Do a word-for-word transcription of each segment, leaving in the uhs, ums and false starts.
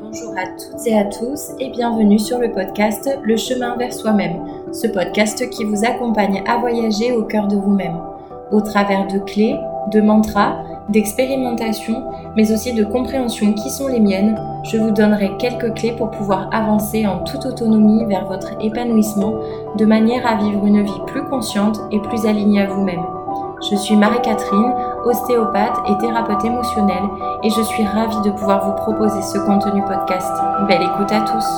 Bonjour à toutes et à tous et bienvenue sur le podcast Le chemin vers soi-même, ce podcast qui vous accompagne à voyager au cœur de vous-même, au travers de clés, de mantras, d'expérimentations, mais aussi de compréhensions qui sont les miennes. Je vous donnerai quelques clés pour pouvoir avancer en toute autonomie vers votre épanouissement, de manière à vivre une vie plus consciente et plus alignée à vous-même. Je suis Marie-Catherine, ostéopathe et thérapeute émotionnelle et je suis ravie de pouvoir vous proposer ce contenu podcast. Belle écoute à tous!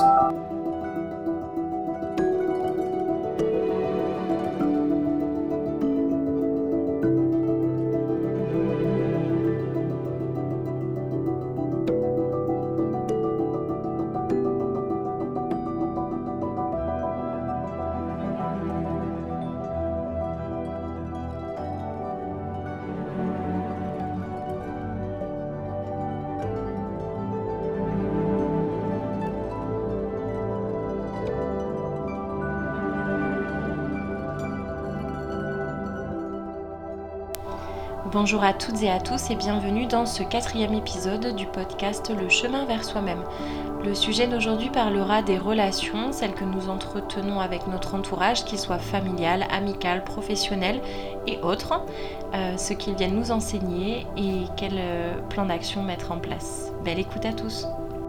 Bonjour à toutes et à tous et bienvenue dans ce quatrième épisode du podcast Le chemin vers soi-même. Le sujet d'aujourd'hui parlera des relations, celles que nous entretenons avec notre entourage, qu'il soit familial, amical, professionnel et autres, euh, ce qu'ils viennent nous enseigner et quel euh, plan d'action mettre en place. Belle écoute à tous!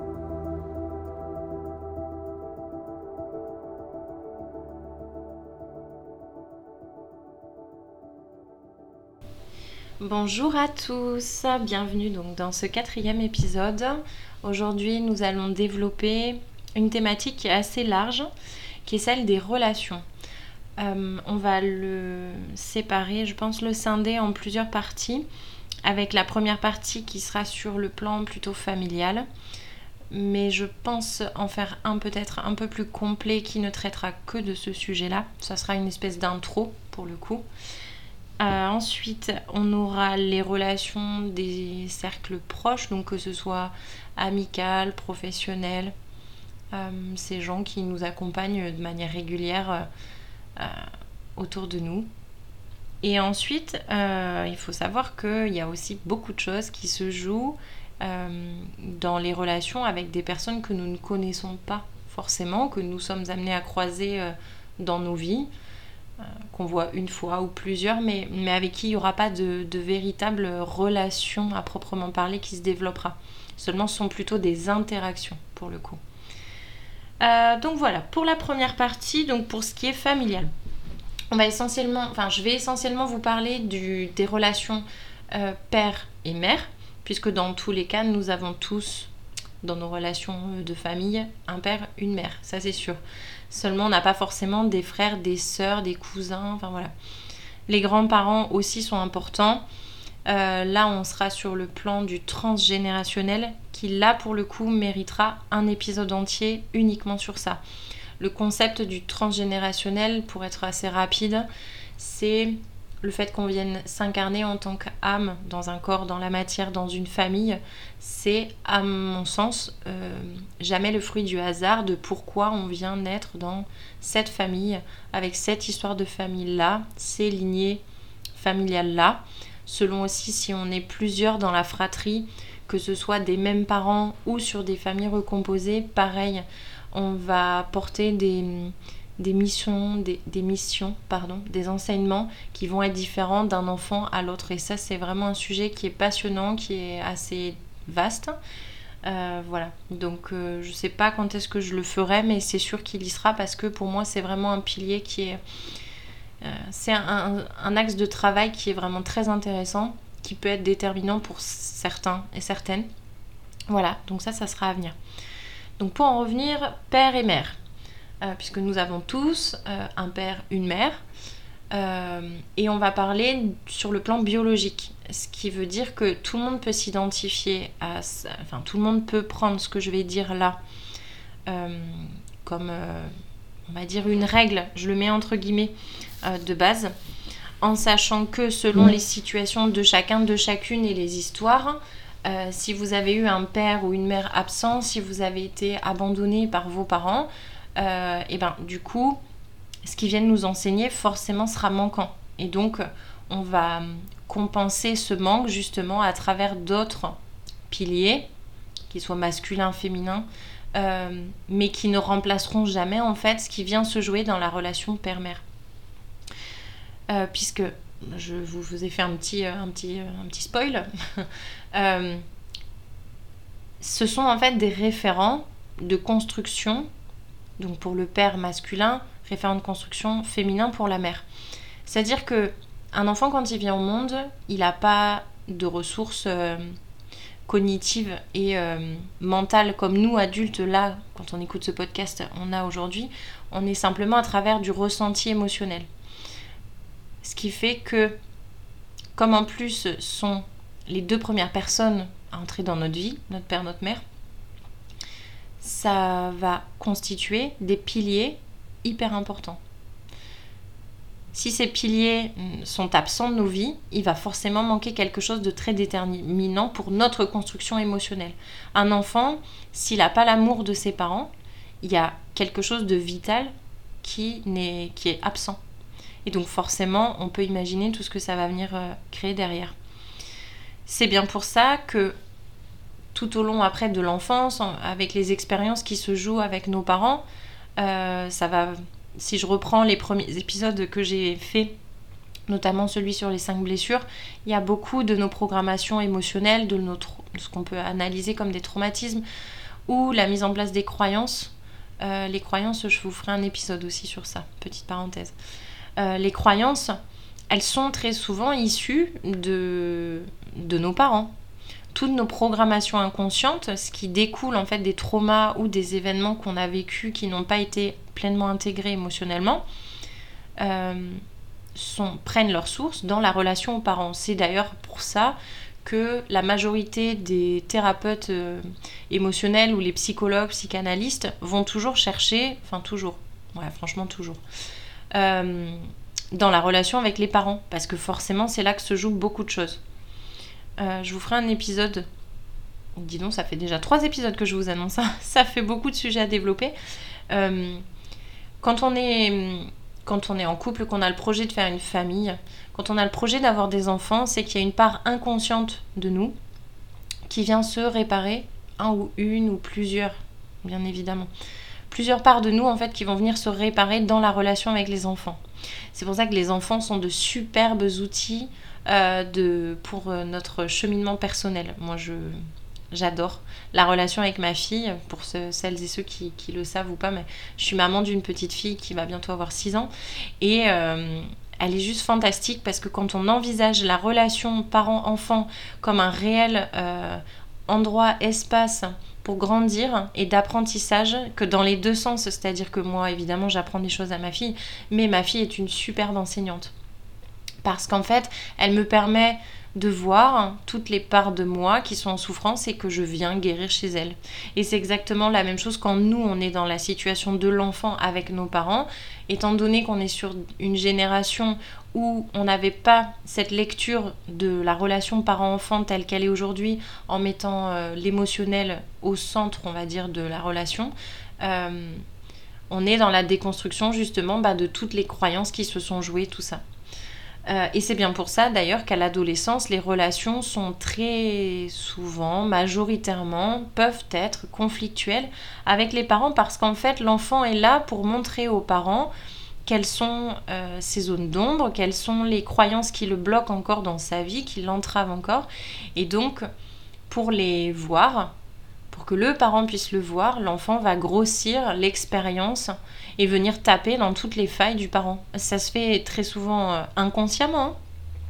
Bonjour à tous, bienvenue donc dans ce quatrième épisode. Aujourd'hui nous allons développer une thématique qui est assez large, qui est celle des relations. Euh, on va le séparer, je pense le scinder en plusieurs parties, avec la première partie qui sera sur le plan plutôt familial, mais je pense en faire un peut-être un peu plus complet qui ne traitera que de ce sujet-là. Ça sera une espèce d'intro pour le coup. Euh, ensuite, on aura les relations des cercles proches, donc que ce soit amical, professionnel, euh, ces gens qui nous accompagnent de manière régulière euh, autour de nous. Et ensuite, euh, il faut savoir qu'il y a aussi beaucoup de choses qui se jouent euh, dans les relations avec des personnes que nous ne connaissons pas forcément, que nous sommes amenés à croiser euh, dans nos vies. Qu'on voit une fois ou plusieurs, mais, mais avec qui il n'y aura pas de, de véritable relation à proprement parler qui se développera. Seulement, ce sont plutôt des interactions pour le coup. Euh, donc voilà, pour la première partie, donc pour ce qui est familial. On va essentiellement, enfin, je vais essentiellement vous parler du, des relations euh, père et mère, puisque dans tous les cas, nous avons tous, dans nos relations de famille, un père, une mère, ça c'est sûr. Seulement, on n'a pas forcément des frères, des sœurs, des cousins, enfin voilà. Les grands-parents aussi sont importants. Euh, là, on sera sur le plan du transgénérationnel, qui là, pour le coup, méritera un épisode entier uniquement sur ça. Le concept du transgénérationnel, pour être assez rapide, c'est le fait qu'on vienne s'incarner en tant qu'âme dans un corps, dans la matière, dans une famille, c'est, à mon sens, euh, jamais le fruit du hasard de pourquoi on vient naître dans cette famille, avec cette histoire de famille-là, ces lignées familiales-là, selon aussi si on est plusieurs dans la fratrie, que ce soit des mêmes parents ou sur des familles recomposées, pareil, on va porter des... des missions, des, des missions, pardon, des enseignements qui vont être différents d'un enfant à l'autre. Et ça, c'est vraiment un sujet qui est passionnant, qui est assez vaste. Euh, voilà. Donc, euh, je sais pas quand est-ce que je le ferai, mais c'est sûr qu'il y sera parce que pour moi, c'est vraiment un pilier qui est... Euh, c'est un, un, un axe de travail qui est vraiment très intéressant, qui peut être déterminant pour certains et certaines. Voilà. Donc ça, ça sera à venir. Donc, pour en revenir, père et mère. Euh, puisque nous avons tous euh, un père, une mère, euh, et on va parler sur le plan biologique, ce qui veut dire que tout le monde peut s'identifier à, enfin tout le monde peut prendre ce que je vais dire là euh, comme, euh, on va dire une règle, je le mets entre guillemets euh, de base, en sachant que selon les situations de chacun, de chacune et les histoires, euh, si vous avez eu un père ou une mère absent, si vous avez été abandonné par vos parents, Euh, et ben du coup ce qu'ils viennent nous enseigner forcément sera manquant et donc on va compenser ce manque justement à travers d'autres piliers qu'ils soient masculins, féminins, euh, mais qui ne remplaceront jamais en fait ce qui vient se jouer dans la relation père-mère. Euh, puisque, je vous, vous ai fait un petit, un petit, un petit spoil, euh, ce sont en fait des référents de construction, donc pour le père masculin, référent de construction féminin pour la mère. C'est-à-dire qu'un enfant, quand il vient au monde, il n'a pas de ressources euh, cognitives et euh, mentales comme nous, adultes, là, quand on écoute ce podcast, on a aujourd'hui. On est simplement à travers du ressenti émotionnel. Ce qui fait que, comme en plus sont les deux premières personnes à entrer dans notre vie, notre père, notre mère, ça va constituer des piliers hyper importants. Si ces piliers sont absents de nos vies, il va forcément manquer quelque chose de très déterminant pour notre construction émotionnelle. Un enfant, s'il n'a pas l'amour de ses parents, il y a quelque chose de vital qui, n'est, qui est absent. Et donc forcément, on peut imaginer tout ce que ça va venir euh, créer derrière. C'est bien pour ça que tout au long après de l'enfance, avec les expériences qui se jouent avec nos parents, euh, ça va... Si je reprends les premiers épisodes que j'ai faits, notamment celui sur les cinq blessures, il y a beaucoup de nos programmations émotionnelles, de, nos, de ce qu'on peut analyser comme des traumatismes, ou la mise en place des croyances. Euh, les croyances, je vous ferai un épisode aussi sur ça, petite parenthèse. Euh, les croyances, elles sont très souvent issues de, de nos parents. Toutes nos programmations inconscientes, ce qui découle en fait des traumas ou des événements qu'on a vécus qui n'ont pas été pleinement intégrés émotionnellement, euh, sont, prennent leur source dans la relation aux parents. C'est d'ailleurs pour ça que la majorité des thérapeutes euh, émotionnels ou les psychologues, psychanalystes vont toujours chercher, enfin toujours, ouais franchement toujours, euh, dans la relation avec les parents, parce que forcément c'est là que se jouent beaucoup de choses. Euh, je vous ferai un épisode. Dis donc, ça fait déjà trois épisodes que je vous annonce. Ça, ça fait beaucoup de sujets à développer. Euh, quand on est, quand on est en couple, qu'on a le projet de faire une famille, quand on a le projet d'avoir des enfants, c'est qu'il y a une part inconsciente de nous qui vient se réparer, un ou une ou plusieurs, bien évidemment. Plusieurs parts de nous, en fait, qui vont venir se réparer dans la relation avec les enfants. C'est pour ça que les enfants sont de superbes outils Euh, de, pour euh, notre cheminement personnel. Moi, je, j'adore la relation avec ma fille, pour ceux, celles et ceux qui, qui le savent ou pas, mais je suis maman d'une petite fille qui va bientôt avoir six ans, et euh, elle est juste fantastique, parce que quand on envisage la relation parent-enfant comme un réel euh, endroit, espace pour grandir et d'apprentissage, que dans les deux sens, c'est-à-dire que moi, évidemment, j'apprends des choses à ma fille, mais ma fille est une superbe enseignante. Parce qu'en fait, elle me permet de voir toutes les parts de moi qui sont en souffrance et que je viens guérir chez elle. Et c'est exactement la même chose quand nous, on est dans la situation de l'enfant avec nos parents. Étant donné qu'on est sur une génération où on n'avait pas cette lecture de la relation parent-enfant telle qu'elle est aujourd'hui, en mettant euh, l'émotionnel au centre, on va dire, de la relation, euh, on est dans la déconstruction justement bah, de toutes les croyances qui se sont jouées, tout ça. Euh, et c'est bien pour ça d'ailleurs qu'à l'adolescence, les relations sont très souvent, majoritairement, peuvent être conflictuelles avec les parents, parce qu'en fait l'enfant est là pour montrer aux parents quelles sont euh, ses zones d'ombre, quelles sont les croyances qui le bloquent encore dans sa vie, qui l'entravent encore, et donc pour les voir, pour que le parent puisse le voir, l'enfant va grossir l'expérience et venir taper dans toutes les failles du parent. Ça se fait très souvent euh, inconsciemment, hein.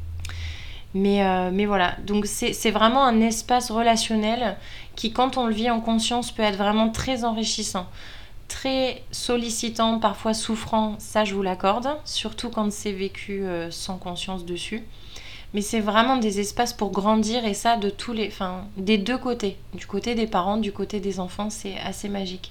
mais, euh, mais voilà. Donc c'est, c'est vraiment un espace relationnel qui, quand on le vit en conscience, peut être vraiment très enrichissant, très sollicitant, parfois souffrant, ça je vous l'accorde, surtout quand c'est vécu euh, sans conscience dessus. Mais c'est vraiment des espaces pour grandir, et ça de tous les, enfin, des deux côtés, du côté des parents, du côté des enfants, c'est assez magique.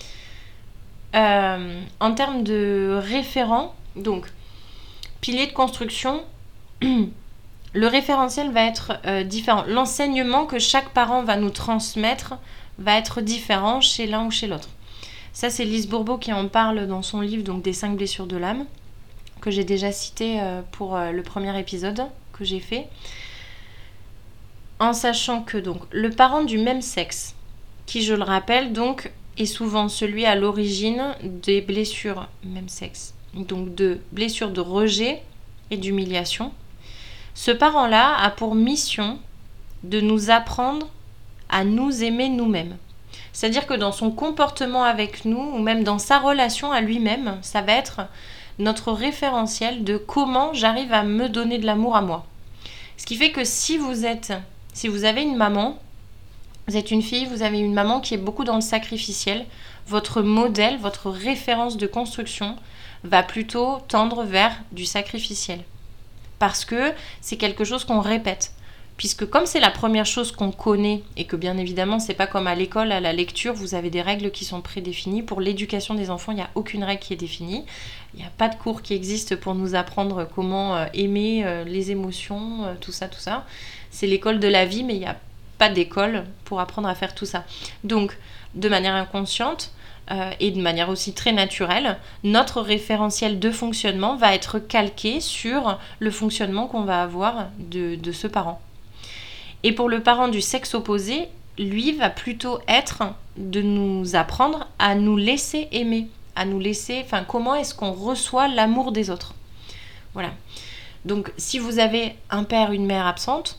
Euh, en termes de référents, donc pilier de construction, le référentiel va être euh, différent. L'enseignement que chaque parent va nous transmettre va être différent chez l'un ou chez l'autre. Ça, c'est Lise Bourbeau qui en parle dans son livre, donc des cinq blessures de l'âme, que j'ai déjà cité euh, pour euh, le premier épisode que j'ai fait, en sachant que donc le parent du même sexe qui, je le rappelle, donc, est souvent celui à l'origine des blessures, même sexe, donc de blessures de rejet et d'humiliation. Ce parent-là a pour mission de nous apprendre à nous aimer nous-mêmes. C'est-à-dire que dans son comportement avec nous, ou même dans sa relation à lui-même, ça va être notre référentiel de comment j'arrive à me donner de l'amour à moi. Ce qui fait que si vous êtes, si vous avez une maman, vous êtes une fille, vous avez une maman qui est beaucoup dans le sacrificiel, votre modèle, votre référence de construction va plutôt tendre vers du sacrificiel. Parce que c'est quelque chose qu'on répète. Puisque comme c'est la première chose qu'on connaît, et que bien évidemment c'est pas comme à l'école, à la lecture, vous avez des règles qui sont prédéfinies. Pour l'éducation des enfants, il n'y a aucune règle qui est définie. Il n'y a pas de cours qui existe pour nous apprendre comment euh, aimer euh, les émotions, euh, tout ça, tout ça. C'est l'école de la vie, mais il n'y a pas d'école pour apprendre à faire tout ça. Donc, de manière inconsciente, euh, et de manière aussi très naturelle, notre référentiel de fonctionnement va être calqué sur le fonctionnement qu'on va avoir de, de ce parent. Et pour le parent du sexe opposé, lui va plutôt être de nous apprendre à nous laisser aimer, à nous laisser, enfin comment est-ce qu'on reçoit l'amour des autres. Voilà. Donc si vous avez un père, une mère absente,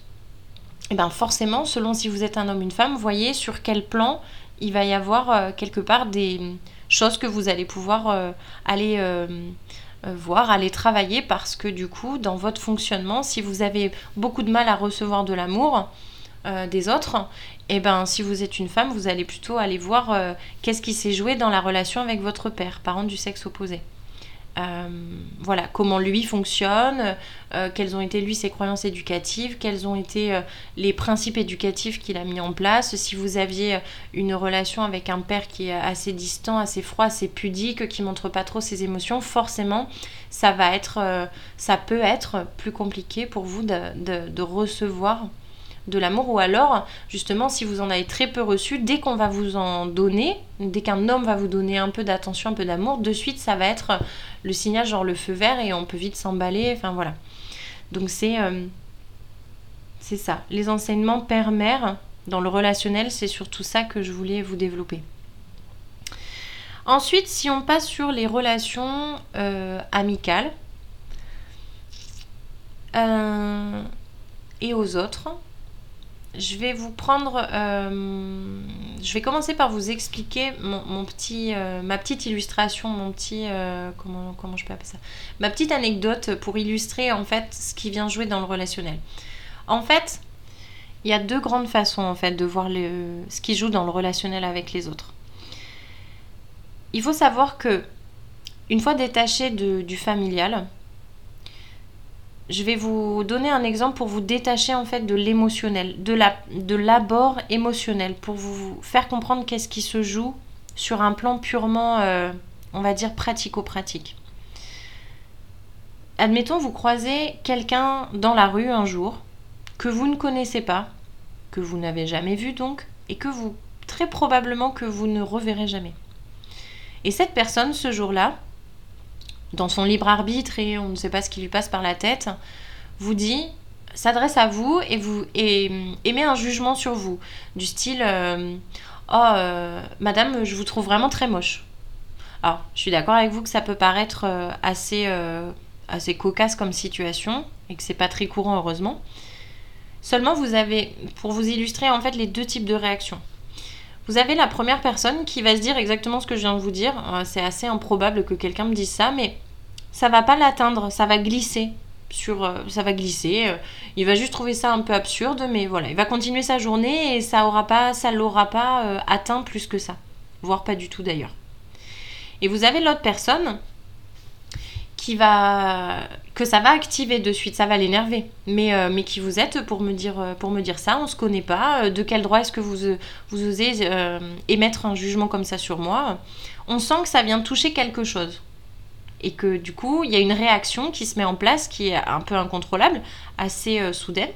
et ben forcément, selon si vous êtes un homme, une femme, voyez sur quel plan il va y avoir euh, quelque part des choses que vous allez pouvoir euh, aller euh, euh, voir, aller travailler, parce que du coup, dans votre fonctionnement, si vous avez beaucoup de mal à recevoir de l'amour euh, des autres, et ben si vous êtes une femme, vous allez plutôt aller voir euh, qu'est-ce qui s'est joué dans la relation avec votre père, parent du sexe opposé. Euh, voilà, comment lui fonctionne, euh, quelles ont été lui ses croyances éducatives, quels ont été euh, les principes éducatifs qu'il a mis en place. Si vous aviez une relation avec un père qui est assez distant, assez froid, assez pudique, qui montre pas trop ses émotions, forcément ça va être, euh, ça peut être plus compliqué pour vous de, de, de recevoir de l'amour, ou alors justement si vous en avez très peu reçu, dès qu'on va vous en donner, dès qu'un homme va vous donner un peu d'attention, un peu d'amour, de suite ça va être le signal, genre le feu vert, et on peut vite s'emballer, enfin voilà. Donc c'est euh, c'est ça, les enseignements père-mère dans le relationnel, c'est surtout ça que je voulais vous développer. Ensuite, si on passe sur les relations euh, amicales euh, et aux autres, je vais vous prendre, euh, je vais commencer par vous expliquer mon, mon petit, euh, ma petite illustration, mon petit, euh, comment, comment je peux appeler ça, ma petite anecdote pour illustrer en fait ce qui vient jouer dans le relationnel. En fait, il y a deux grandes façons en fait de voir le, ce qui joue dans le relationnel avec les autres. Il faut savoir que une fois détaché de, du familial, je vais vous donner un exemple pour vous détacher en fait de l'émotionnel, de, la, de l'abord émotionnel, pour vous faire comprendre qu'est-ce qui se joue sur un plan purement, euh, on va dire, pratico-pratique. Admettons, vous croisez quelqu'un dans la rue un jour, que vous ne connaissez pas, que vous n'avez jamais vu donc, et que vous, très probablement que vous ne reverrez jamais. Et cette personne, ce jour-là, dans son libre arbitre, et on ne sait pas ce qui lui passe par la tête, vous dit, s'adresse à vous et vous et émet un jugement sur vous, du style euh, oh euh, madame, je vous trouve vraiment très moche. Alors je suis d'accord avec vous que ça peut paraître euh, assez euh, assez cocasse comme situation et que c'est pas très courant, heureusement. Seulement, vous avez, pour vous illustrer en fait les deux types de réactions. Vous avez la première personne qui va se dire exactement ce que je viens de vous dire. C'est assez improbable que quelqu'un me dise ça, mais ça va pas l'atteindre, ça va glisser. Sur, ça va glisser. Il va juste trouver ça un peu absurde, mais voilà, il va continuer sa journée et ça aura pas, ça l'aura pas euh, atteint plus que ça, voire pas du tout d'ailleurs. Et vous avez l'autre personne qui va, que ça va activer de suite, ça va l'énerver. Mais, euh, mais qui vous êtes pour me dire, pour me dire ça, on se connaît pas, de quel droit est-ce que vous, vous osez euh, émettre un jugement comme ça sur moi? On sent que ça vient toucher quelque chose. Et que du coup, il y a une réaction qui se met en place, qui est un peu incontrôlable, assez euh, soudaine.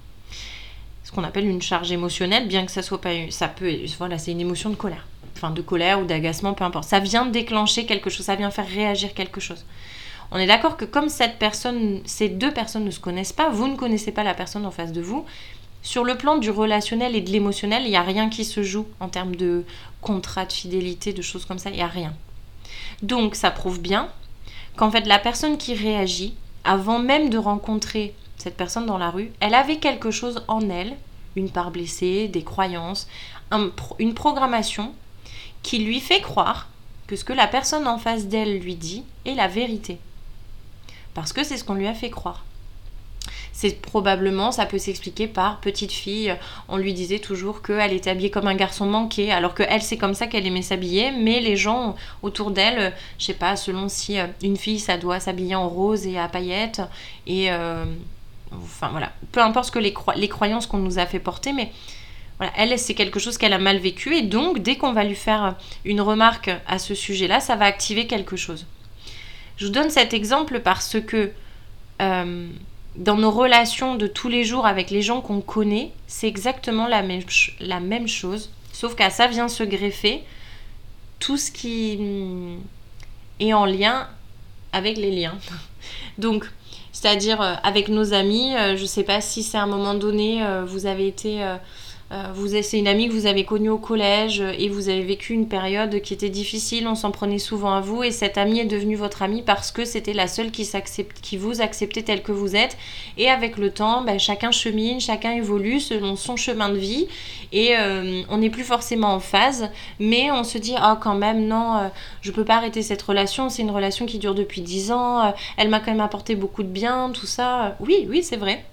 Ce qu'on appelle une charge émotionnelle, bien que ça soit pas, ça peut, voilà, c'est une émotion de colère. Enfin, de colère ou d'agacement, peu importe. Ça vient déclencher quelque chose, ça vient faire réagir quelque chose. On est d'accord que comme cette personne, ces deux personnes ne se connaissent pas, vous ne connaissez pas la personne en face de vous, Sur le plan du relationnel et de l'émotionnel, il n'y a rien qui se joue en termes de contrat de fidélité, de choses comme ça, il n'y a rien. Donc ça prouve bien qu'en fait la personne qui réagit, avant même de rencontrer cette personne dans la rue, elle avait quelque chose en elle, une part blessée, des croyances, un, une programmation qui lui fait croire que ce que la personne en face d'elle lui dit est la vérité. Parce que c'est ce qu'on lui a fait croire. C'est probablement, ça peut s'expliquer par petite fille, on lui disait toujours qu'elle était habillée comme un garçon manqué, alors qu'elle, c'est comme ça qu'elle aimait s'habiller, mais les gens autour d'elle, je sais pas, selon si une fille, ça doit s'habiller en rose et à paillettes, et euh, enfin voilà, peu importe ce que les, cro- les croyances qu'on nous a fait porter, mais voilà, elle, c'est quelque chose qu'elle a mal vécu, et donc, dès qu'on va lui faire une remarque à ce sujet-là, ça va activer quelque chose. Je vous donne cet exemple parce que euh, dans nos relations de tous les jours avec les gens qu'on connaît, c'est exactement la même, la même chose, sauf qu'à ça vient se greffer tout ce qui est en lien avec les liens. Donc, c'est-à-dire euh, avec nos amis, euh, je ne sais pas si c'est à un moment donné, euh, vous avez été... Euh, Euh, vous, c'est une amie que vous avez connue au collège et vous avez vécu une période qui était difficile, on s'en prenait souvent à vous et cette amie est devenue votre amie parce que c'était la seule qui, qui vous acceptait tel que vous êtes, et avec le temps, ben, chacun chemine, chacun évolue selon son chemin de vie et euh, on n'est plus forcément en phase, mais on se dit ah oh, quand même non, euh, je peux pas arrêter cette relation, c'est une relation qui dure depuis dix ans, euh, elle m'a quand même apporté beaucoup de bien, tout ça. Oui, oui, c'est vrai.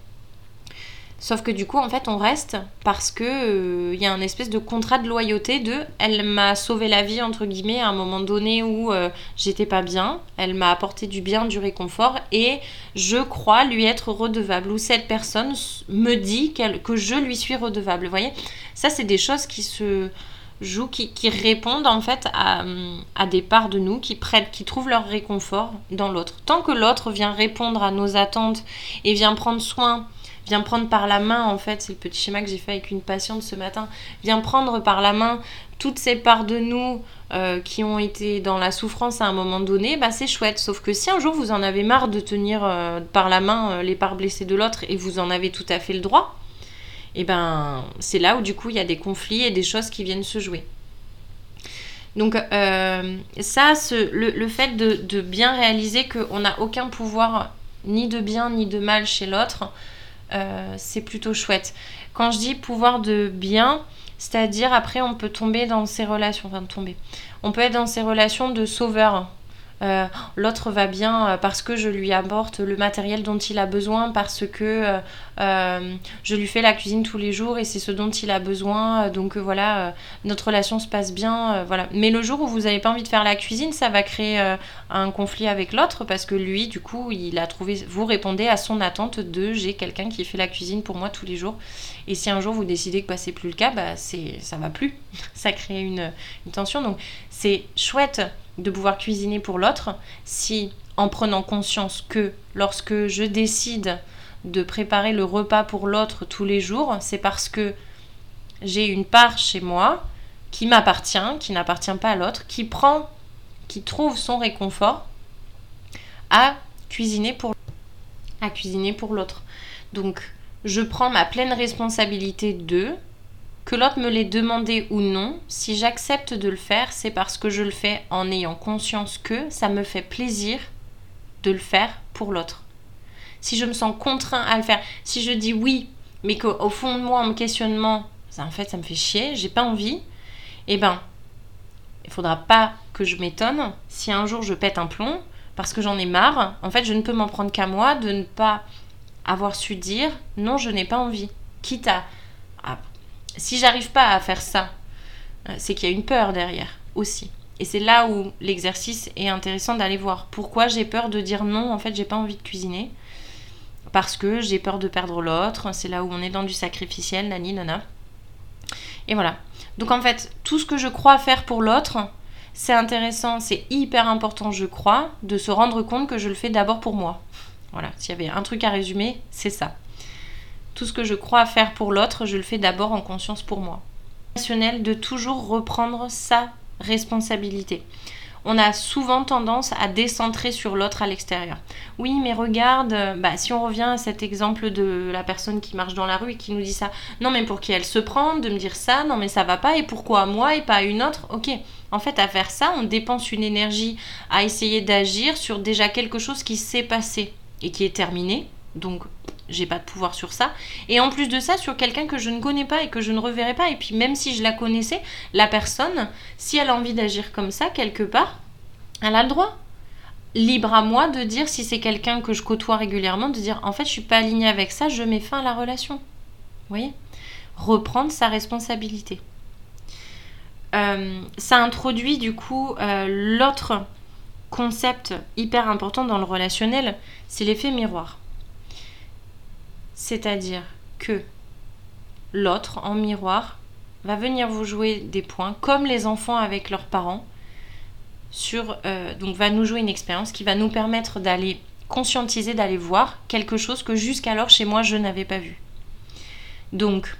Sauf que du coup, en fait, on reste parce que euh, y a un espèce de contrat de loyauté de « elle m'a sauvé la vie » entre guillemets à un moment donné où euh, j'étais pas bien, elle m'a apporté du bien, du réconfort et je crois lui être redevable, ou cette personne me dit qu'elle, que je lui suis redevable. Vous voyez, ça c'est des choses qui se jouent, qui, qui répondent en fait à, à des parts de nous qui, prennent, qui trouvent leur réconfort dans l'autre. Tant que l'autre vient répondre à nos attentes et vient prendre soin, viens prendre par la main, en fait, c'est le petit schéma que j'ai fait avec une patiente ce matin, viens prendre par la main toutes ces parts de nous euh, qui ont été dans la souffrance à un moment donné, bah c'est chouette. Sauf que si un jour vous en avez marre de tenir euh, par la main euh, les parts blessées de l'autre et vous en avez tout à fait le droit, et ben c'est là où du coup il y a des conflits et des choses qui viennent se jouer. Donc euh, ça, ce, le, le fait de, de bien réaliser qu'on n'a aucun pouvoir ni de bien ni de mal chez l'autre, Euh, c'est plutôt chouette. Quand je dis pouvoir de bien, c'est-à-dire après on peut tomber dans ces relations, enfin tomber, on peut être dans ces relations de sauveur. Euh, l'autre va bien parce que je lui apporte le matériel dont il a besoin, parce que euh, euh, je lui fais la cuisine tous les jours et c'est ce dont il a besoin, donc euh, voilà, euh, notre relation se passe bien, euh, voilà. Mais le jour où vous n'avez pas envie de faire la cuisine, ça va créer euh, un conflit avec l'autre parce que lui, du coup, il a trouvé, vous répondez à son attente de j'ai quelqu'un qui fait la cuisine pour moi tous les jours, et si un jour vous décidez que bah, c'est plus le cas, bah, c'est, ça va plus, ça crée une, une tension. Donc c'est chouette de pouvoir cuisiner pour l'autre, si en prenant conscience que lorsque je décide de préparer le repas pour l'autre tous les jours, c'est parce que j'ai une part chez moi qui m'appartient, qui n'appartient pas à l'autre, qui prend, qui trouve son réconfort à cuisiner pour, à cuisiner pour l'autre. Donc je prends ma pleine responsabilité de que l'autre me l'ait demandé ou non. Si j'accepte de le faire, c'est parce que je le fais en ayant conscience que ça me fait plaisir de le faire pour l'autre. Si je me sens contraint à le faire, si je dis oui, mais qu'au fond de moi, en me questionnement, ça, en fait, ça me fait chier, j'ai pas envie, eh ben, il faudra pas que je m'étonne si un jour je pète un plomb, parce que j'en ai marre. En fait, je ne peux m'en prendre qu'à moi de ne pas avoir su dire non, je n'ai pas envie. Quitte à... à si j'arrive pas à faire ça, c'est qu'il y a une peur derrière aussi. Et c'est là où l'exercice est intéressant d'aller voir. Pourquoi j'ai peur de dire non, en fait, j'ai pas envie de cuisiner. Parce que j'ai peur de perdre l'autre. C'est là où on est dans du sacrificiel, nani, nana. Et voilà. Donc en fait, tout ce que je crois faire pour l'autre, c'est intéressant, c'est hyper important, je crois, de se rendre compte que je le fais d'abord pour moi. Voilà, s'il y avait un truc à résumer, c'est ça. Tout ce que je crois faire pour l'autre, je le fais d'abord en conscience pour moi. De toujours reprendre sa responsabilité. on a souvent tendance à décentrer sur l'autre à l'extérieur. Oui, mais regarde, bah, si on revient à cet exemple de la personne qui marche dans la rue et qui nous dit ça, non mais pour qui elle se prend de me dire ça, non mais ça va pas, et pourquoi à moi et pas à une autre? Ok, en fait à faire ça, on dépense une énergie à essayer d'agir sur déjà quelque chose qui s'est passé et qui est terminé, donc j'ai pas de pouvoir sur ça, et en plus de ça sur quelqu'un que je ne connais pas et que je ne reverrai pas, et puis même si je la connaissais, la personne, si elle a envie d'agir comme ça quelque part, elle a le droit. Libre à moi de dire, si c'est quelqu'un que je côtoie régulièrement, de dire en fait je suis pas alignée avec ça, je mets fin à la relation. Vous voyez, reprendre sa responsabilité. Euh, ça introduit du coup euh, l'autre concept hyper important dans le relationnel, c'est l'effet miroir. C'est-à-dire que l'autre, en miroir, va venir vous jouer des points, comme les enfants avec leurs parents, sur, euh, donc va nous jouer une expérience qui va nous permettre d'aller conscientiser, d'aller voir quelque chose que jusqu'alors chez moi je n'avais pas vu. Donc,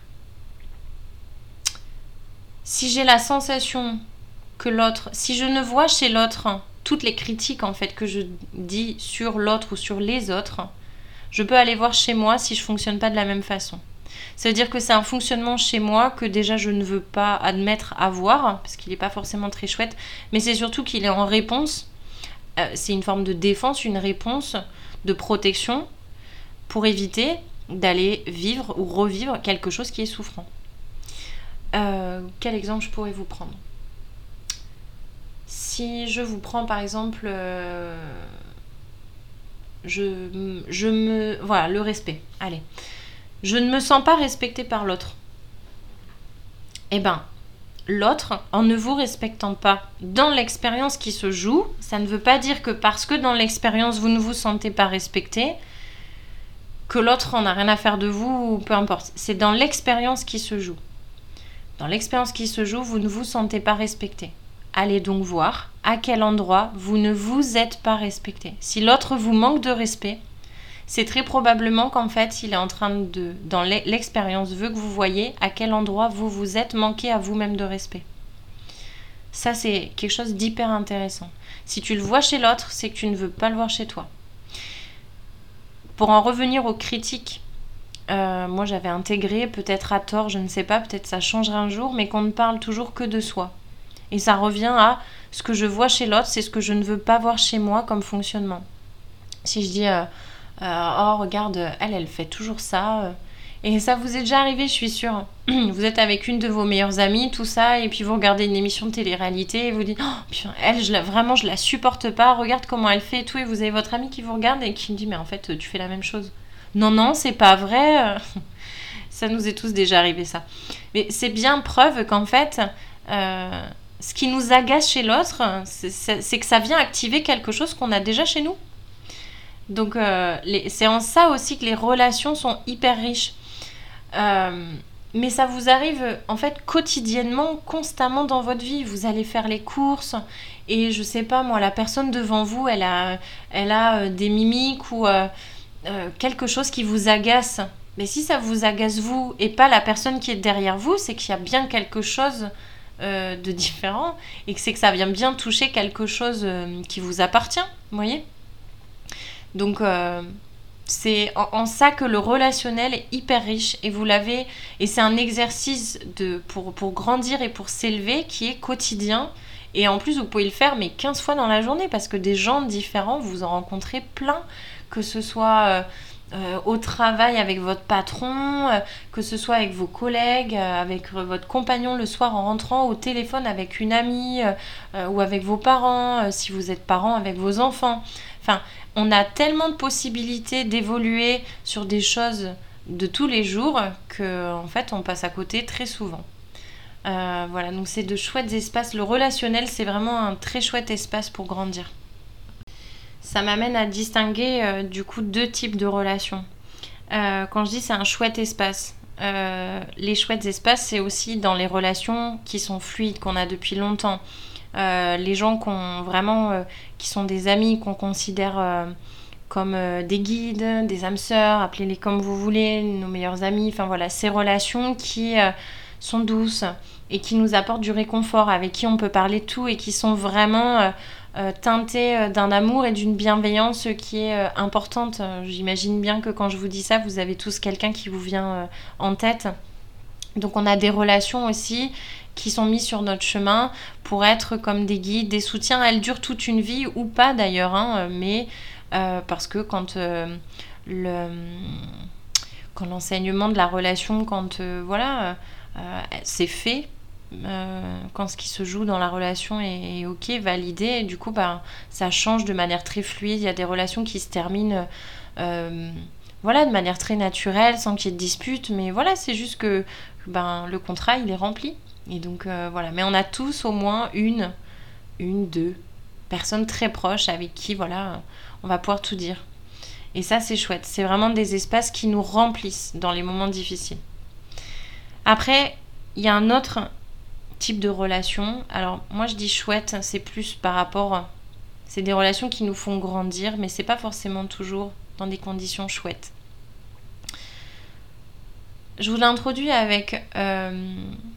si j'ai la sensation que l'autre, si je ne vois chez l'autre toutes les critiques en fait que je dis sur l'autre ou sur les autres, je peux aller voir chez moi si je fonctionne pas de la même façon. Ça veut dire que c'est un fonctionnement chez moi que déjà je ne veux pas admettre avoir, parce qu'il n'est pas forcément très chouette, mais c'est surtout qu'il est en réponse, euh, c'est une forme de défense, une réponse de protection pour éviter d'aller vivre ou revivre quelque chose qui est souffrant. Euh, quel exemple je pourrais vous prendre ? Si je vous prends par exemple... Euh, Je, je me... Voilà, le respect. Allez. Je ne me sens pas respectée par l'autre. Eh ben, l'autre, en ne vous respectant pas dans l'expérience qui se joue, ça ne veut pas dire que parce que dans l'expérience, vous ne vous sentez pas respecté, que l'autre en a rien à faire de vous, ou peu importe. C'est dans l'expérience qui se joue. Dans l'expérience qui se joue, vous ne vous sentez pas respecté. Allez donc voir à quel endroit vous ne vous êtes pas respecté. Si l'autre vous manque de respect, c'est très probablement qu'en fait, il est en train de, dans l'expérience, veut que vous voyez à quel endroit vous vous êtes manqué à vous-même de respect. Ça, c'est quelque chose d'hyper intéressant. Si tu le vois chez l'autre, c'est que tu ne veux pas le voir chez toi. Pour en revenir aux critiques, euh, moi j'avais intégré, peut-être à tort, je ne sais pas, peut-être ça changera un jour, mais qu'on ne parle toujours que de soi. Et ça revient à ce que je vois chez l'autre, c'est ce que je ne veux pas voir chez moi comme fonctionnement. Si je dis euh, euh, oh regarde, elle, elle fait toujours ça. Euh, et ça vous est déjà arrivé, je suis sûre. Vous êtes avec une de vos meilleures amies, tout ça, et puis vous regardez une émission de télé-réalité et vous dites oh, putain, elle, je la, vraiment, je la supporte pas. Regarde comment elle fait et tout. Et vous avez votre amie qui vous regarde et qui me dit mais en fait, tu fais la même chose. Non, non, c'est pas vrai. Ça nous est tous déjà arrivé, ça. Mais c'est bien preuve qu'en fait... Euh, ce qui nous agace chez l'autre, c'est, c'est, c'est que ça vient activer quelque chose qu'on a déjà chez nous. Donc, euh, les, c'est en ça aussi que les relations sont hyper riches. Euh, mais ça vous arrive, en fait, quotidiennement, constamment dans votre vie. Vous allez faire les courses et, je sais pas, moi, la personne devant vous, elle a, elle a euh, des mimiques ou euh, euh, quelque chose qui vous agace. Mais si ça vous agace vous et pas la personne qui est derrière vous, c'est qu'il y a bien quelque chose... Euh, de différent et que c'est que ça vient bien toucher quelque chose euh, qui vous appartient, vous voyez. Donc euh, c'est en, en ça que le relationnel est hyper riche et vous l'avez, et c'est un exercice de, pour, pour grandir et pour s'élever qui est quotidien, et en plus vous pouvez le faire mais quinze fois dans la journée parce que des gens différents, vous en rencontrez plein, que ce soit euh, Euh, au travail avec votre patron, euh, que ce soit avec vos collègues, euh, avec euh, votre compagnon le soir en rentrant, au téléphone avec une amie euh, euh, ou avec vos parents, euh, si vous êtes parents avec vos enfants. Enfin, on a tellement de possibilités d'évoluer sur des choses de tous les jours que en fait on passe à côté très souvent. Euh, voilà, donc c'est de chouettes espaces. Le relationnel, c'est vraiment un très chouette espace pour grandir. Ça m'amène à distinguer euh, du coup deux types de relations. Euh, quand je dis c'est un chouette espace, euh, les chouettes espaces, c'est aussi dans les relations qui sont fluides, qu'on a depuis longtemps. Euh, les gens qu'on, vraiment, euh, qui sont des amis, qu'on considère euh, comme euh, des guides, des âmes sœurs, appelez-les comme vous voulez, nos meilleurs amis. Enfin voilà, ces relations qui euh, sont douces et qui nous apportent du réconfort, avec qui on peut parler de tout et qui sont vraiment euh, euh, teintées d'un amour et d'une bienveillance qui est euh, importante. J'imagine bien que quand je vous dis ça, vous avez tous quelqu'un qui vous vient euh, en tête. Donc on a des relations aussi qui sont mises sur notre chemin pour être comme des guides, des soutiens. Elles durent toute une vie ou pas d'ailleurs, hein, mais euh, parce que quand euh, le quand l'enseignement de la relation, quand euh, voilà, euh, c'est fait, euh, quand ce qui se joue dans la relation est, est ok, validé, et du coup, bah, ça change de manière très fluide. Il y a des relations qui se terminent, euh, voilà, de manière très naturelle, sans qu'il y ait de dispute. Mais voilà, c'est juste que, ben, le contrat, il est rempli. Et donc euh, voilà. Mais on a tous au moins une, une, deux personnes très proches avec qui, voilà, on va pouvoir tout dire. Et ça, c'est chouette. C'est vraiment des espaces qui nous remplissent dans les moments difficiles. Après, il y a un autre type de relation. Alors, moi, je dis chouette, c'est plus par rapport... C'est des relations qui nous font grandir, mais c'est pas forcément toujours dans des conditions chouettes. Je vous l'ai introduit avec, euh,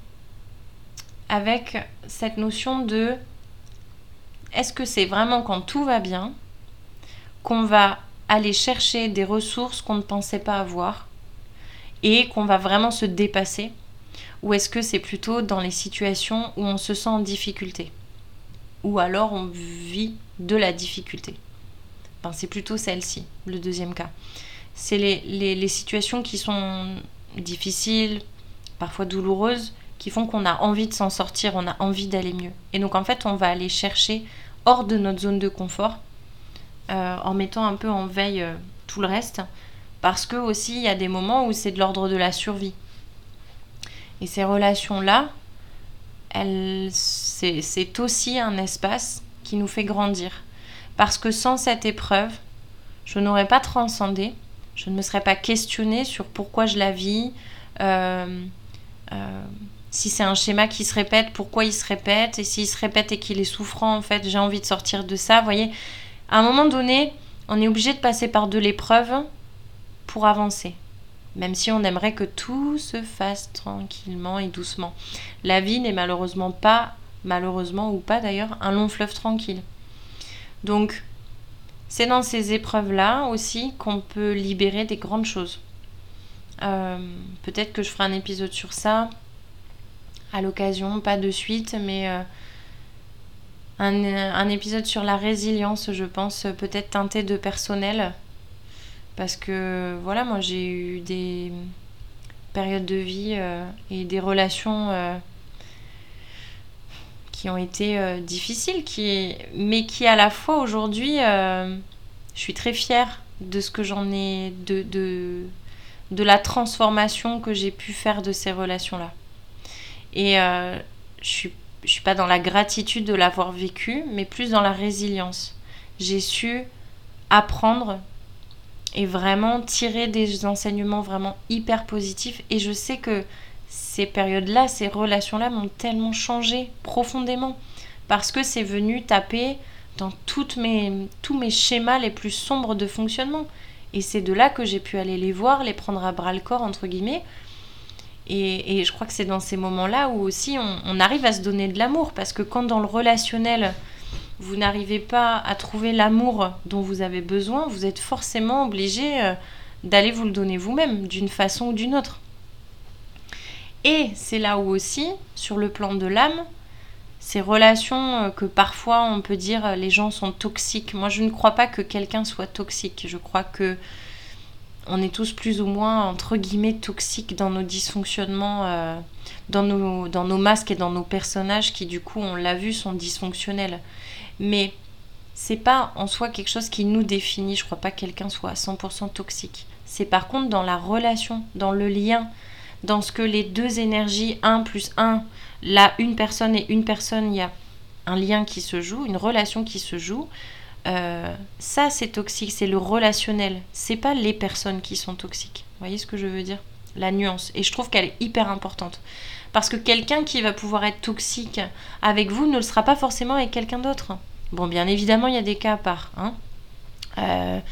avec cette notion de... Est-ce que c'est vraiment quand tout va bien qu'on va aller chercher des ressources qu'on ne pensait pas avoir et qu'on va vraiment se dépasser, ou est-ce que c'est plutôt dans les situations où on se sent en difficulté, ou alors on vit de la difficulté? Enfin, c'est plutôt celle-ci, le deuxième cas. C'est les, les, les situations qui sont difficiles, parfois douloureuses, qui font qu'on a envie de s'en sortir, on a envie d'aller mieux. Et donc en fait, on va aller chercher hors de notre zone de confort, Euh, en mettant un peu en veille euh, tout le reste, parce que aussi il y a des moments où c'est de l'ordre de la survie. Et ces relations-là, elles, c'est, c'est aussi un espace qui nous fait grandir. Parce que sans cette épreuve, je n'aurais pas transcendé, je ne me serais pas questionnée sur pourquoi je la vis, euh, euh, si c'est un schéma qui se répète, pourquoi il se répète, et s'il se répète et qu'il est souffrant, en fait, j'ai envie de sortir de ça, vous voyez. À un moment donné, on est obligé de passer par de l'épreuve pour avancer. Même si on aimerait que tout se fasse tranquillement et doucement. La vie n'est malheureusement pas, malheureusement ou pas d'ailleurs, un long fleuve tranquille. Donc, c'est dans ces épreuves-là aussi qu'on peut libérer des grandes choses. Euh, peut-être que je ferai un épisode sur ça à l'occasion, pas de suite, mais... Euh, Un, un épisode sur la résilience, je pense, peut-être teinté de personnel. Parce que, voilà, moi j'ai eu des périodes de vie euh, et des relations euh, qui ont été euh, difficiles, qui, mais qui à la fois aujourd'hui, euh, je suis très fière de ce que j'en ai, de, de, de la transformation que j'ai pu faire de ces relations-là. Et euh, je suis Je ne suis pas dans la gratitude de l'avoir vécu, mais plus dans la résilience. J'ai su apprendre et vraiment tirer des enseignements vraiment hyper positifs. Et je sais que ces périodes-là, ces relations-là m'ont tellement changé profondément. Parce que c'est venu taper dans toutes mes, tous mes schémas les plus sombres de fonctionnement. Et c'est de là que j'ai pu aller les voir, les prendre à bras-le-corps, entre guillemets. Et, et je crois que c'est dans ces moments-là où aussi on, on arrive à se donner de l'amour. Parce que quand dans le relationnel, vous n'arrivez pas à trouver l'amour dont vous avez besoin, vous êtes forcément obligé euh, d'aller vous le donner vous-même, d'une façon ou d'une autre. Et c'est là où aussi, sur le plan de l'âme, ces relations que parfois on peut dire les gens sont toxiques. Moi, je ne crois pas que quelqu'un soit toxique. Je crois que on est tous plus ou moins, entre guillemets, toxiques dans nos dysfonctionnements, euh, dans, nos, dans nos masques et dans nos personnages qui, du coup, on l'a vu, sont dysfonctionnels. Mais c'est pas en soi quelque chose qui nous définit. Je crois pas que quelqu'un soit à cent pour cent toxique. C'est par contre dans la relation, dans le lien, dans ce que les deux énergies, un plus un, là, une personne et une personne, il y a un lien qui se joue, une relation qui se joue. Euh, ça c'est toxique, c'est le relationnel, c'est pas les personnes qui sont toxiques. Vous voyez ce que je veux dire? La nuance. Et je trouve qu'elle est hyper importante. Parce que quelqu'un qui va pouvoir être toxique avec vous ne le sera pas forcément avec quelqu'un d'autre. Bon, bien évidemment, il y a des cas à part. Hein. Euh,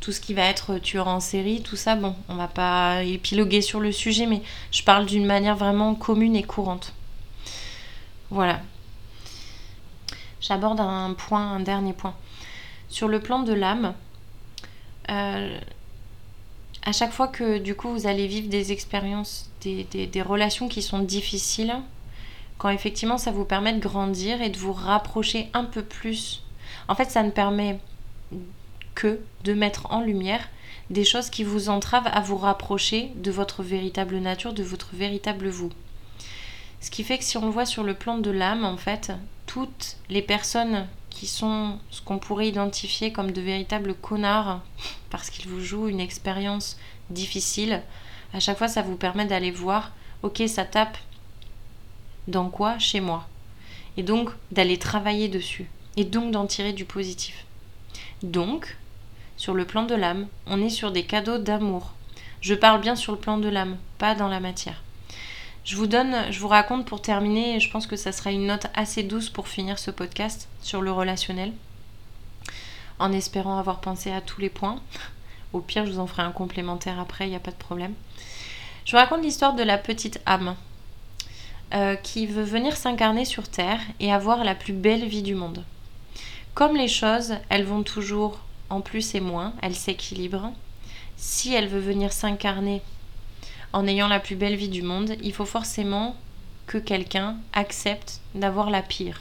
tout ce qui va être tueur en série, tout ça, bon, on va pas épiloguer sur le sujet, mais je parle d'une manière vraiment commune et courante. Voilà. J'aborde un point, un dernier point. Sur le plan de l'âme, euh, à chaque fois que du coup vous allez vivre des expériences, des, des, des relations qui sont difficiles, quand effectivement ça vous permet de grandir et de vous rapprocher un peu plus, en fait ça ne permet que de mettre en lumière des choses qui vous entravent à vous rapprocher de votre véritable nature, de votre véritable vous. Ce qui fait que si on le voit sur le plan de l'âme, en fait, toutes les personnes qui sont ce qu'on pourrait identifier comme de véritables connards parce qu'ils vous jouent une expérience difficile, à chaque fois ça vous permet d'aller voir, ok, ça tape dans quoi chez moi, et donc d'aller travailler dessus, et donc d'en tirer du positif. Donc, sur le plan de l'âme, on est sur des cadeaux d'amour. Je parle bien sur le plan de l'âme, pas dans la matière. Je vous donne, je vous raconte pour terminer, et je pense que ça sera une note assez douce pour finir ce podcast sur le relationnel, en espérant avoir pensé à tous les points. Au pire, je vous en ferai un complémentaire après, il n'y a pas de problème. Je vous raconte l'histoire de la petite âme euh, qui veut venir s'incarner sur Terre et avoir la plus belle vie du monde. Comme les choses, elles vont toujours en plus et moins, elles s'équilibrent. Si elle veut venir s'incarner en ayant la plus belle vie du monde, il faut forcément que quelqu'un accepte d'avoir la pire.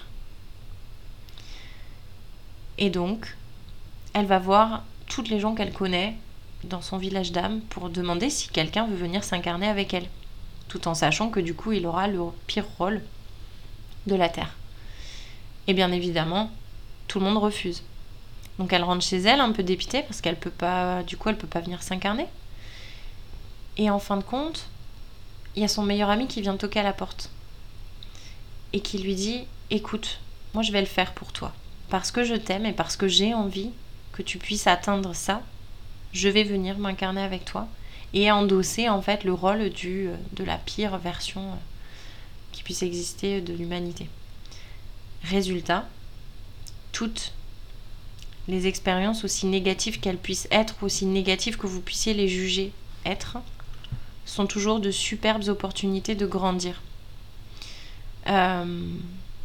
Et donc, elle va voir toutes les gens qu'elle connaît dans son village d'âme pour demander si quelqu'un veut venir s'incarner avec elle, tout en sachant que du coup, il aura le pire rôle de la Terre. Et bien évidemment, tout le monde refuse. Donc elle rentre chez elle un peu dépitée parce qu'elle peut pas, du coup, elle peut pas venir s'incarner. Et en fin de compte, il y a son meilleur ami qui vient toquer à la porte et qui lui dit « Écoute, moi je vais le faire pour toi. Parce que je t'aime et parce que j'ai envie que tu puisses atteindre ça, je vais venir m'incarner avec toi et endosser en fait le rôle du, de la pire version qui puisse exister de l'humanité. » Résultat, toutes les expériences, aussi négatives qu'elles puissent être, aussi négatives que vous puissiez les juger être, sont toujours de superbes opportunités de grandir. Euh...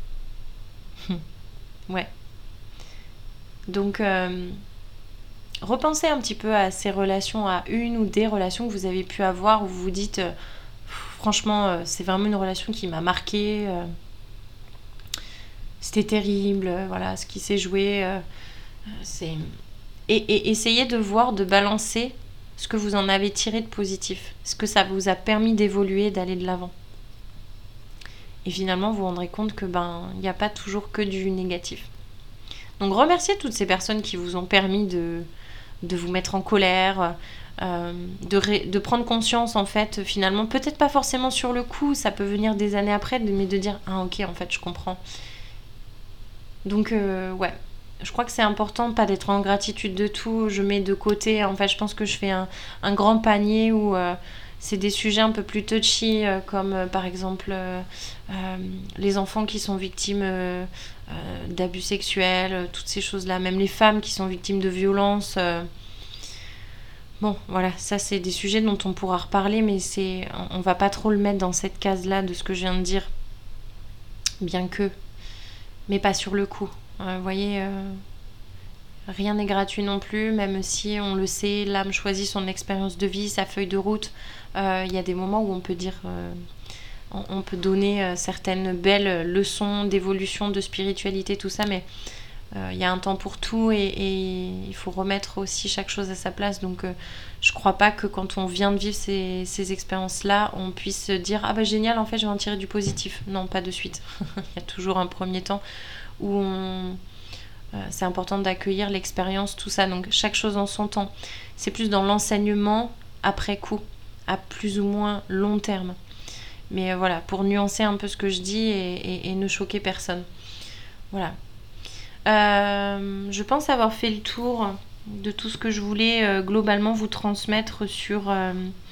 ouais. Donc, euh... repensez un petit peu à ces relations, à une ou des relations que vous avez pu avoir où vous vous dites, euh, franchement, euh, c'est vraiment une relation qui m'a marquée. Euh... C'était terrible, euh, voilà, ce qui s'est joué. Euh... C'est... Et, et essayez de voir, de balancer ce que vous en avez tiré de positif, ce que ça vous a permis d'évoluer, d'aller de l'avant. Et finalement, vous vous rendrez compte que ben, il n'y a pas toujours que du négatif. Donc remerciez toutes ces personnes qui vous ont permis de, de vous mettre en colère, euh, de, ré, de prendre conscience en fait, finalement, peut-être pas forcément sur le coup, ça peut venir des années après, mais de dire ah ok en fait je comprends. Donc euh, ouais. Je crois que c'est important, pas d'être en gratitude de tout. Je mets de côté, en fait, je pense que je fais un, un grand panier où euh, c'est des sujets un peu plus touchy, euh, comme euh, par exemple euh, euh, les enfants qui sont victimes euh, euh, d'abus sexuels, euh, toutes ces choses-là. Même les femmes qui sont victimes de violences. Euh, bon, voilà, ça c'est des sujets dont on pourra reparler, mais c'est, on va pas trop le mettre dans cette case-là de ce que je viens de dire. Bien que, mais pas sur le coup. Vous euh, voyez, euh, rien n'est gratuit non plus, même si on le sait, l'âme choisit son expérience de vie, sa feuille de route. Il euh, y a des moments où on peut dire, euh, on, on peut donner euh, certaines belles leçons d'évolution, de spiritualité, tout ça, mais il euh, y a un temps pour tout et, et il faut remettre aussi chaque chose à sa place. Donc euh, je crois pas que quand on vient de vivre ces, ces expériences-là, on puisse se dire « Ah bah génial, en fait je vais en tirer du positif ». Non, pas de suite. Il y a toujours un premier temps où on, euh, c'est important d'accueillir l'expérience, tout ça, donc chaque chose en son temps. C'est plus dans l'enseignement après coup, à plus ou moins long terme. Mais euh, voilà, pour nuancer un peu ce que je dis et, et, et ne choquer personne. Voilà. Euh, je pense avoir fait le tour de tout ce que je voulais euh, globalement vous transmettre sur euh,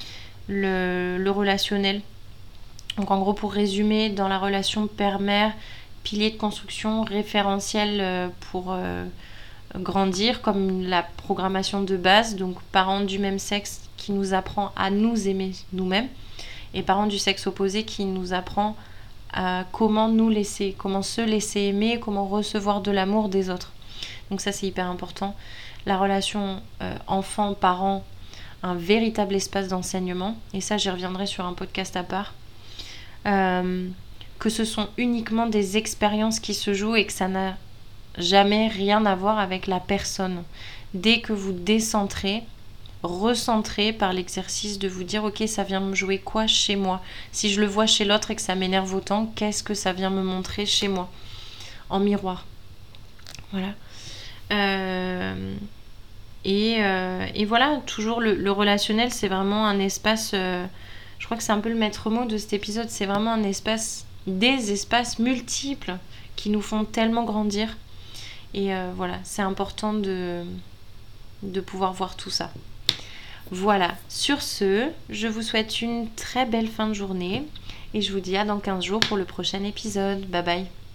le, le relationnel. Donc en gros, pour résumer, dans la relation père-mère, pilier de construction, référentiel pour euh, grandir, comme la programmation de base, donc parents du même sexe qui nous apprend à nous aimer nous-mêmes, et parents du sexe opposé qui nous apprend à comment nous laisser, comment se laisser aimer, comment recevoir de l'amour des autres. Donc ça c'est hyper important. La relation euh, enfant-parent, un véritable espace d'enseignement, et ça j'y reviendrai sur un podcast à part. Euh, que ce sont uniquement des expériences qui se jouent et que ça n'a jamais rien à voir avec la personne. Dès que vous décentrez, recentrez par l'exercice de vous dire ok, ça vient me jouer quoi chez moi? Si je le vois chez l'autre et que ça m'énerve autant, qu'est-ce que ça vient me montrer chez moi? En miroir. Voilà. Euh, et, euh, et voilà, toujours le, le relationnel, c'est vraiment un espace, euh, je crois que c'est un peu le maître mot de cet épisode, c'est vraiment un espace, des espaces multiples qui nous font tellement grandir. Et euh, voilà, c'est important de, de pouvoir voir tout ça. Voilà, sur ce, je vous souhaite une très belle fin de journée et je vous dis à dans quinze jours pour le prochain épisode. Bye bye.